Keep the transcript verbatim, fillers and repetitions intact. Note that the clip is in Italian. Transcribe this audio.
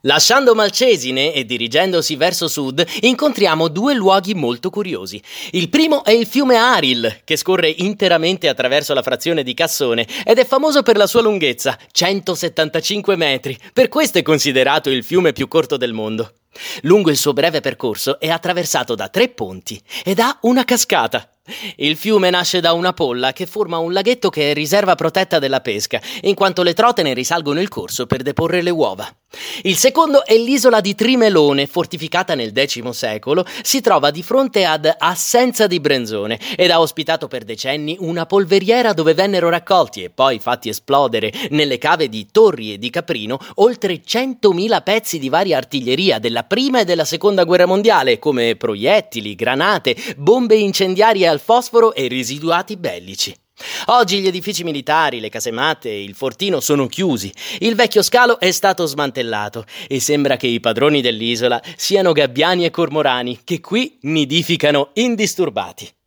Lasciando Malcesine e dirigendosi verso sud, incontriamo due luoghi molto curiosi. Il primo è il fiume Aril, che scorre interamente attraverso la frazione di Cassone ed è famoso per la sua lunghezza, centosettantacinque metri. Per questo è considerato il fiume più corto del mondo. Lungo il suo breve percorso è attraversato da tre ponti ed ha una cascata. Il fiume nasce da una polla che forma un laghetto che è riserva protetta della pesca, in quanto le trote ne risalgono il corso per deporre le uova. Il secondo è l'isola di Trimelone, fortificata nel X secolo, si trova di fronte ad Assenza di Brenzone ed ha ospitato per decenni una polveriera dove vennero raccolti e poi fatti esplodere nelle cave di Torri e di Caprino oltre centomila pezzi di varia artiglieria della prima e della seconda guerra mondiale, come proiettili, granate, bombe incendiarie al fosforo e residuati bellici. Oggi gli edifici militari, le casematte e il fortino sono chiusi, il vecchio scalo è stato smantellato e sembra che i padroni dell'isola siano gabbiani e cormorani che qui nidificano indisturbati.